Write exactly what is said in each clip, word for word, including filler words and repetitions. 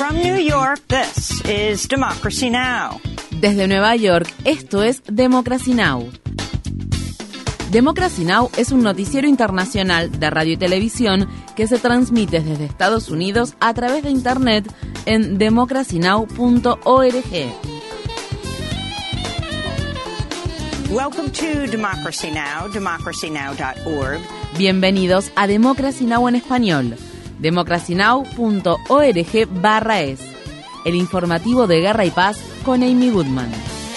From New York, this is Democracy Now! Desde Nueva York, esto es Democracy Now! Democracy Now! Es un noticiero internacional de radio y televisión que se transmite desde Estados Unidos a través de Internet en democracy now punto org. Welcome to Democracy Now!, democracy now dot org. Bienvenidos a Democracy Now! En español, democracy now punto org barra es, el informativo de Guerra y Paz con Amy Goodman.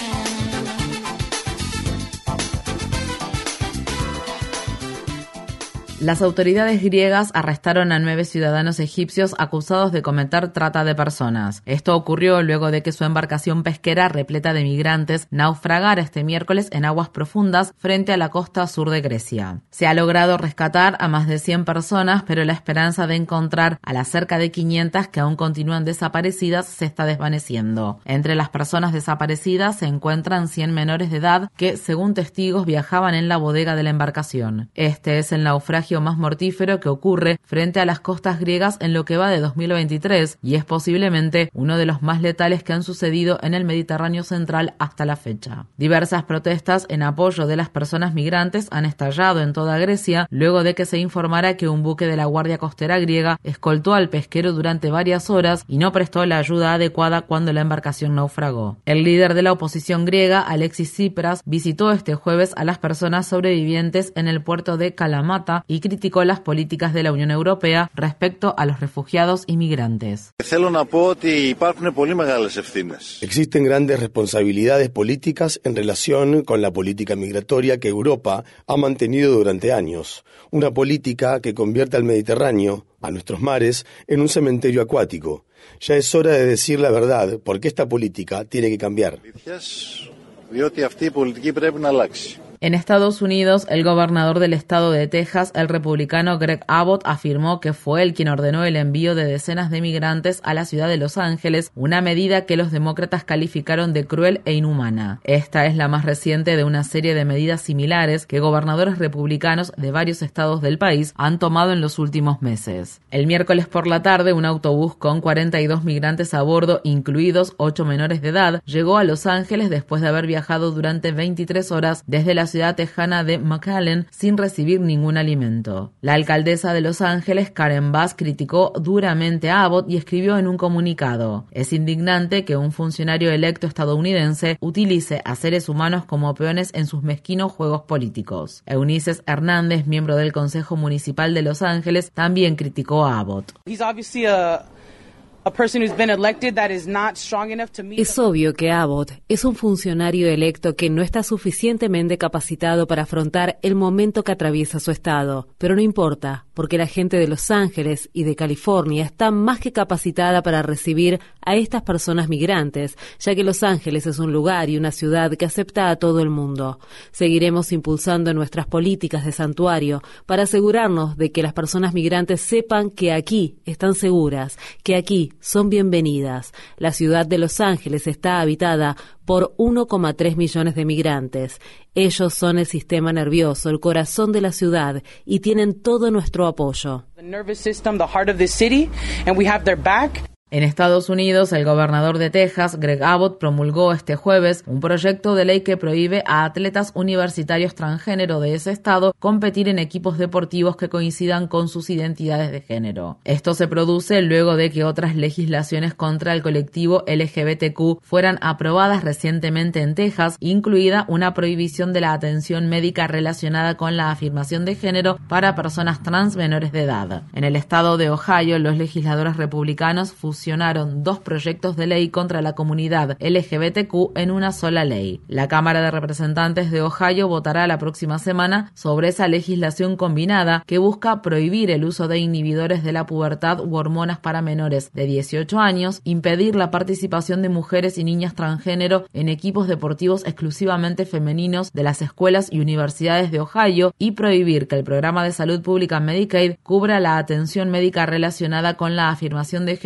Las autoridades griegas arrestaron a nueve ciudadanos egipcios acusados de cometer trata de personas. Esto ocurrió luego de que su embarcación pesquera repleta de migrantes naufragara este miércoles en aguas profundas frente a la costa sur de Grecia. Se ha logrado rescatar a más de cien personas, pero la esperanza de encontrar a las cerca de quinientas que aún continúan desaparecidas se está desvaneciendo. Entre las personas desaparecidas se encuentran cien menores de edad que, según testigos, viajaban en la bodega de la embarcación. Este es el naufragio más mortífero que ocurre frente a las costas griegas en lo que va de dos mil veintitrés y es posiblemente uno de los más letales que han sucedido en el Mediterráneo central hasta la fecha. Diversas protestas en apoyo de las personas migrantes han estallado en toda Grecia luego de que se informara que un buque de la Guardia Costera griega escoltó al pesquero durante varias horas y no prestó la ayuda adecuada cuando la embarcación naufragó. El líder de la oposición griega, Alexis Tsipras, visitó este jueves a las personas sobrevivientes en el puerto de Kalamata y criticó las políticas de la Unión Europea respecto a los refugiados y migrantes. Existen grandes responsabilidades políticas en relación con la política migratoria que Europa ha mantenido durante años. Una política que convierte al Mediterráneo, a nuestros mares, en un cementerio acuático. Ya es hora de decir la verdad, porque esta política tiene que cambiar. En Estados Unidos, el gobernador del estado de Texas, el republicano Greg Abbott, afirmó que fue él quien ordenó el envío de decenas de migrantes a la ciudad de Los Ángeles, una medida que los demócratas calificaron de cruel e inhumana. Esta es la más reciente de una serie de medidas similares que gobernadores republicanos de varios estados del país han tomado en los últimos meses. El miércoles por la tarde, un autobús con cuarenta y dos migrantes a bordo, incluidos ocho menores de edad, llegó a Los Ángeles después de haber viajado durante veintitrés horas desde la ciudad tejana de McAllen sin recibir ningún alimento. La alcaldesa de Los Ángeles, Karen Bass, criticó duramente a Abbott y escribió en un comunicado: es indignante que un funcionario electo estadounidense utilice a seres humanos como peones en sus mezquinos juegos políticos. Eunices Hernández, miembro del Consejo Municipal de Los Ángeles, también criticó a Abbott. Es obvio que Abbott es un funcionario electo que no está suficientemente capacitado para afrontar el momento que atraviesa su estado, pero no importa, porque la gente de Los Ángeles y de California está más que capacitada para recibir a estas personas migrantes, ya que Los Ángeles es un lugar y una ciudad que acepta a todo el mundo. Seguiremos impulsando nuestras políticas de santuario para asegurarnos de que las personas migrantes sepan que aquí están seguras, que aquí son bienvenidas. La ciudad de Los Ángeles está habitada por uno coma tres millones de migrantes. Ellos son el sistema nervioso, el corazón de la ciudad, y tienen todo nuestro apoyo. En Estados Unidos, el gobernador de Texas, Greg Abbott, promulgó este jueves un proyecto de ley que prohíbe a atletas universitarios transgénero de ese estado competir en equipos deportivos que coincidan con sus identidades de género. Esto se produce luego de que otras legislaciones contra el colectivo L G B T Q fueran aprobadas recientemente en Texas, incluida una prohibición de la atención médica relacionada con la afirmación de género para personas trans menores de edad. En el estado de Ohio, los legisladores republicanos fusionaron dos proyectos de ley contra la comunidad L G B T Q en una sola ley. La Cámara de Representantes de Ohio votará la próxima semana sobre esa legislación combinada que busca prohibir el uso de inhibidores de la pubertad u hormonas para menores de dieciocho años, impedir la participación de mujeres y niñas transgénero en equipos deportivos exclusivamente femeninos de las escuelas y universidades de Ohio y prohibir que el programa de salud pública Medicaid cubra la atención médica relacionada con la afirmación de género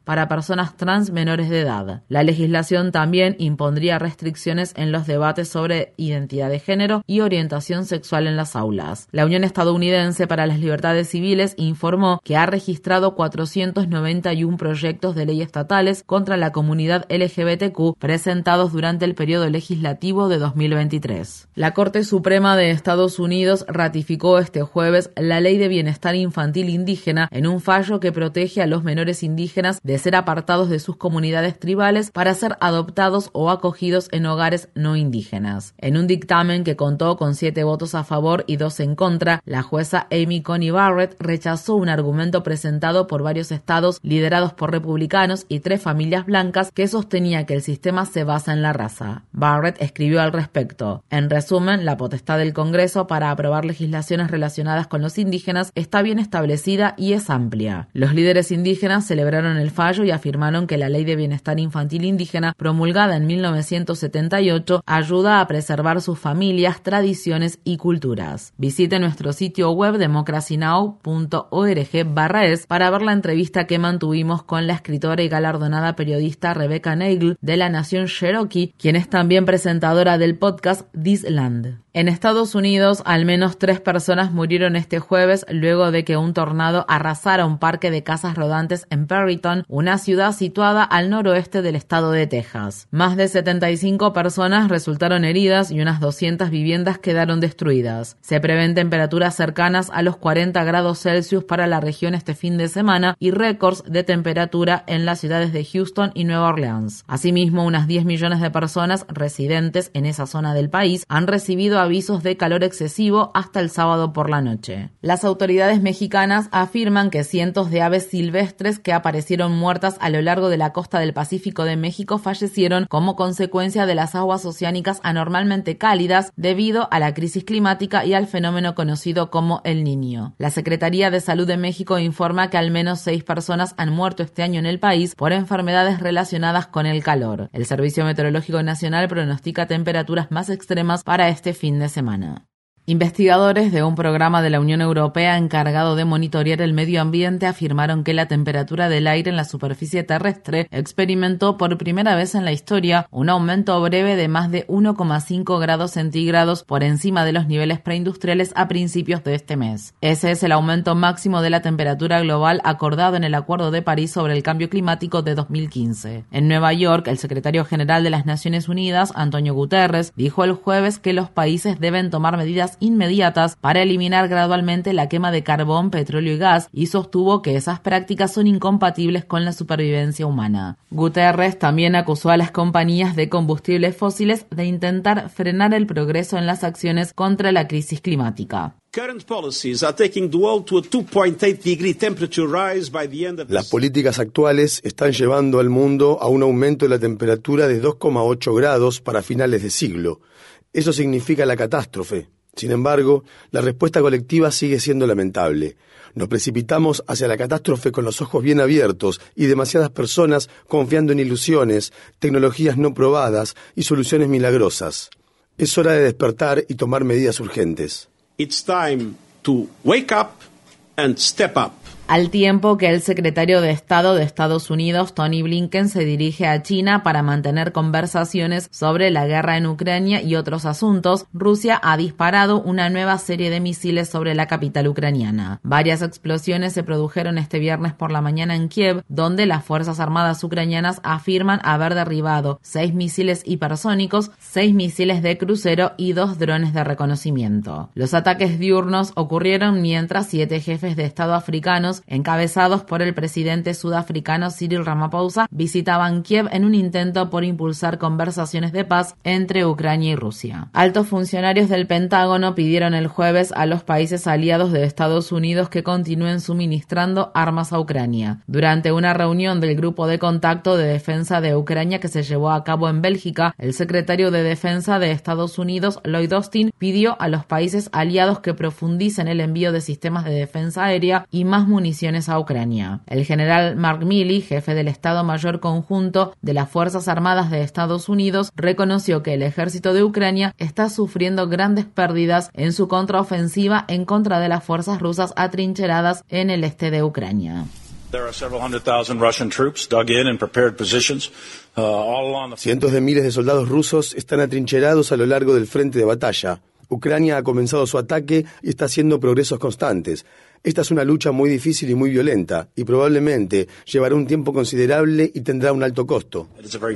para personas trans menores de edad. La legislación también impondría restricciones en los debates sobre identidad de género y orientación sexual en las aulas. La Unión Estadounidense para las Libertades Civiles informó que ha registrado cuatrocientos noventa y uno proyectos de ley estatales contra la comunidad L G B T Q presentados durante el periodo legislativo de dos mil veintitrés. La Corte Suprema de Estados Unidos ratificó este jueves la Ley de Bienestar Infantil Indígena en un fallo que protege a los menores indígenas de ser apartados de sus comunidades tribales para ser adoptados o acogidos en hogares no indígenas. En un dictamen que contó con siete votos a favor y dos en contra, la jueza Amy Coney Barrett rechazó un argumento presentado por varios estados liderados por republicanos y tres familias blancas que sostenía que el sistema se basa en la raza. Barrett escribió al respecto: en resumen, la potestad del Congreso para aprobar legislaciones relacionadas con los indígenas está bien establecida y es amplia. Los líderes indígenas celebraron el fallo y afirmaron que la Ley de Bienestar Infantil Indígena, promulgada en mil novecientos setenta y ocho, ayuda a preservar sus familias, tradiciones y culturas. Visite nuestro sitio web democracy now punto org barra es para ver la entrevista que mantuvimos con la escritora y galardonada periodista Rebecca Nagle de la Nación Cherokee, quien es también presentadora del podcast This Land. En Estados Unidos, al menos tres personas murieron este jueves luego de que un tornado arrasara un parque de casas rodantes en Perryton, una ciudad situada al noroeste del estado de Texas. Más de setenta y cinco personas resultaron heridas y unas doscientas viviendas quedaron destruidas. Se prevén temperaturas cercanas a los cuarenta grados Celsius para la región este fin de semana y récords de temperatura en las ciudades de Houston y Nueva Orleans. Asimismo, unas diez millones de personas residentes en esa zona del país han recibido avisos de calor excesivo hasta el sábado por la noche. Las autoridades mexicanas afirman que cientos de aves silvestres que aparecieron muertas a lo largo de la costa del Pacífico de México fallecieron como consecuencia de las aguas oceánicas anormalmente cálidas debido a la crisis climática y al fenómeno conocido como El Niño. La Secretaría de Salud de México informa que al menos seis personas han muerto este año en el país por enfermedades relacionadas con el calor. El Servicio Meteorológico Nacional pronostica temperaturas más extremas para este fin de semana. Investigadores de un programa de la Unión Europea encargado de monitorear el medio ambiente afirmaron que la temperatura del aire en la superficie terrestre experimentó por primera vez en la historia un aumento breve de más de uno coma cinco grados centígrados por encima de los niveles preindustriales a principios de este mes. Ese es el aumento máximo de la temperatura global acordado en el Acuerdo de París sobre el Cambio Climático de dos mil quince. En Nueva York, el secretario general de las Naciones Unidas, Antonio Guterres, dijo el jueves que los países deben tomar medidas inmediatas para eliminar gradualmente la quema de carbón, petróleo y gas, y sostuvo que esas prácticas son incompatibles con la supervivencia humana. Guterres también acusó a las compañías de combustibles fósiles de intentar frenar el progreso en las acciones contra la crisis climática. Las políticas actuales están llevando al mundo a un aumento de la temperatura de dos coma ocho grados para finales de siglo. Eso significa la catástrofe. Sin embargo, la respuesta colectiva sigue siendo lamentable. Nos precipitamos hacia la catástrofe con los ojos bien abiertos y demasiadas personas confiando en ilusiones, tecnologías no probadas y soluciones milagrosas. Es hora de despertar y tomar medidas urgentes. It's time to wake up and step up. Al tiempo que el secretario de Estado de Estados Unidos, Tony Blinken, se dirige a China para mantener conversaciones sobre la guerra en Ucrania y otros asuntos, Rusia ha disparado una nueva serie de misiles sobre la capital ucraniana. Varias explosiones se produjeron este viernes por la mañana en Kiev, donde las Fuerzas Armadas ucranianas afirman haber derribado seis misiles hipersónicos, seis misiles de crucero y dos drones de reconocimiento. Los ataques diurnos ocurrieron mientras siete jefes de Estado africanos, encabezados por el presidente sudafricano Cyril Ramaphosa, visitaban Kiev en un intento por impulsar conversaciones de paz entre Ucrania y Rusia. Altos funcionarios del Pentágono pidieron el jueves a los países aliados de Estados Unidos que continúen suministrando armas a Ucrania. Durante una reunión del Grupo de Contacto de Defensa de Ucrania que se llevó a cabo en Bélgica, el secretario de Defensa de Estados Unidos, Lloyd Austin, pidió a los países aliados que profundicen el envío de sistemas de defensa aérea y más municiones a Ucrania. El general Mark Milley, jefe del Estado Mayor Conjunto de las Fuerzas Armadas de Estados Unidos, reconoció que el ejército de Ucrania está sufriendo grandes pérdidas en su contraofensiva en contra de las fuerzas rusas atrincheradas en el este de Ucrania. Cientos de miles de soldados rusos están atrincherados a lo largo del frente de batalla. Ucrania ha comenzado su ataque y está haciendo progresos constantes. Esta es una lucha muy difícil y muy violenta, y probablemente llevará un tiempo considerable y tendrá un alto costo.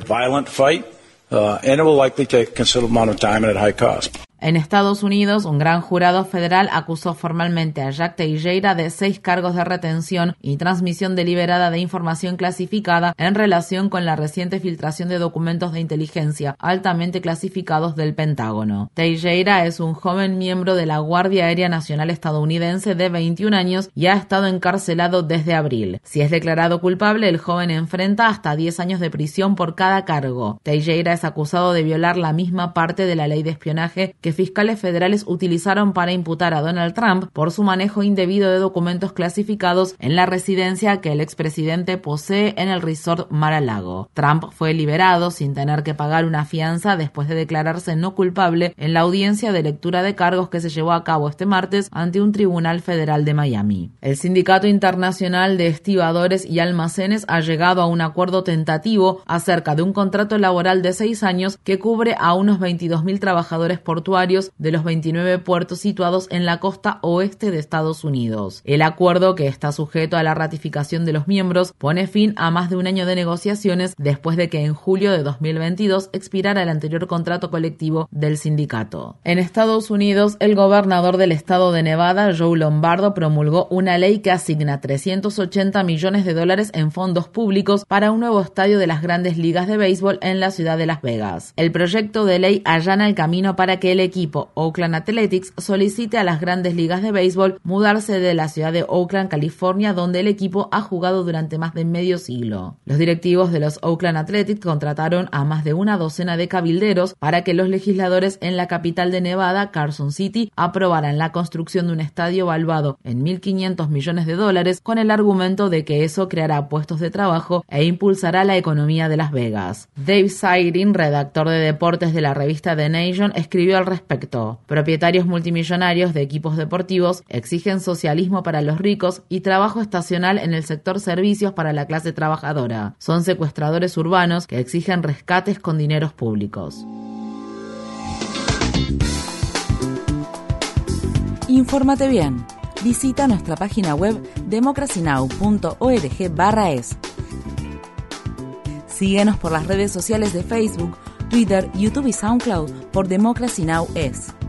En Estados Unidos, un gran jurado federal acusó formalmente a Jack Teixeira de seis cargos de retención y transmisión deliberada de información clasificada en relación con la reciente filtración de documentos de inteligencia altamente clasificados del Pentágono. Teixeira es un joven miembro de la Guardia Aérea Nacional estadounidense de veintiún años y ha estado encarcelado desde abril. Si es declarado culpable, el joven enfrenta hasta diez años de prisión por cada cargo. Teixeira es acusado de violar la misma parte de la ley de espionaje que fiscales federales utilizaron para imputar a Donald Trump por su manejo indebido de documentos clasificados en la residencia que el expresidente posee en el resort Mar-a-Lago. Trump fue liberado sin tener que pagar una fianza después de declararse no culpable en la audiencia de lectura de cargos que se llevó a cabo este martes ante un tribunal federal de Miami. El Sindicato Internacional de Estibadores y Almacenes ha llegado a un acuerdo tentativo acerca de un contrato laboral de seis años que cubre a unos veintidós mil trabajadores portuarios de los veintinueve puertos situados en la costa oeste de Estados Unidos. El acuerdo, que está sujeto a la ratificación de los miembros, pone fin a más de un año de negociaciones después de que en julio de dos mil veintidós expirara el anterior contrato colectivo del sindicato. En Estados Unidos, el gobernador del estado de Nevada, Joe Lombardo, promulgó una ley que asigna trescientos ochenta millones de dólares en fondos públicos para un nuevo estadio de las grandes ligas de béisbol en la ciudad de Las Vegas. El proyecto de ley allana el camino para que el equipo Oakland Athletics solicite a las grandes ligas de béisbol mudarse de la ciudad de Oakland, California, donde el equipo ha jugado durante más de medio siglo. Los directivos de los Oakland Athletics contrataron a más de una docena de cabilderos para que los legisladores en la capital de Nevada, Carson City, aprobaran la construcción de un estadio valuado en mil quinientos millones de dólares con el argumento de que eso creará puestos de trabajo e impulsará la economía de Las Vegas. Dave Siring, redactor de deportes de la revista The Nation, escribió al respecto. Propietarios multimillonarios de equipos deportivos exigen socialismo para los ricos y trabajo estacional en el sector servicios para la clase trabajadora. Son secuestradores urbanos que exigen rescates con dineros públicos. Infórmate bien. Visita nuestra página web democracy now punto org barra es. Síguenos por las redes sociales de Facebook, Twitter, YouTube y SoundCloud por Democracy Now! Es.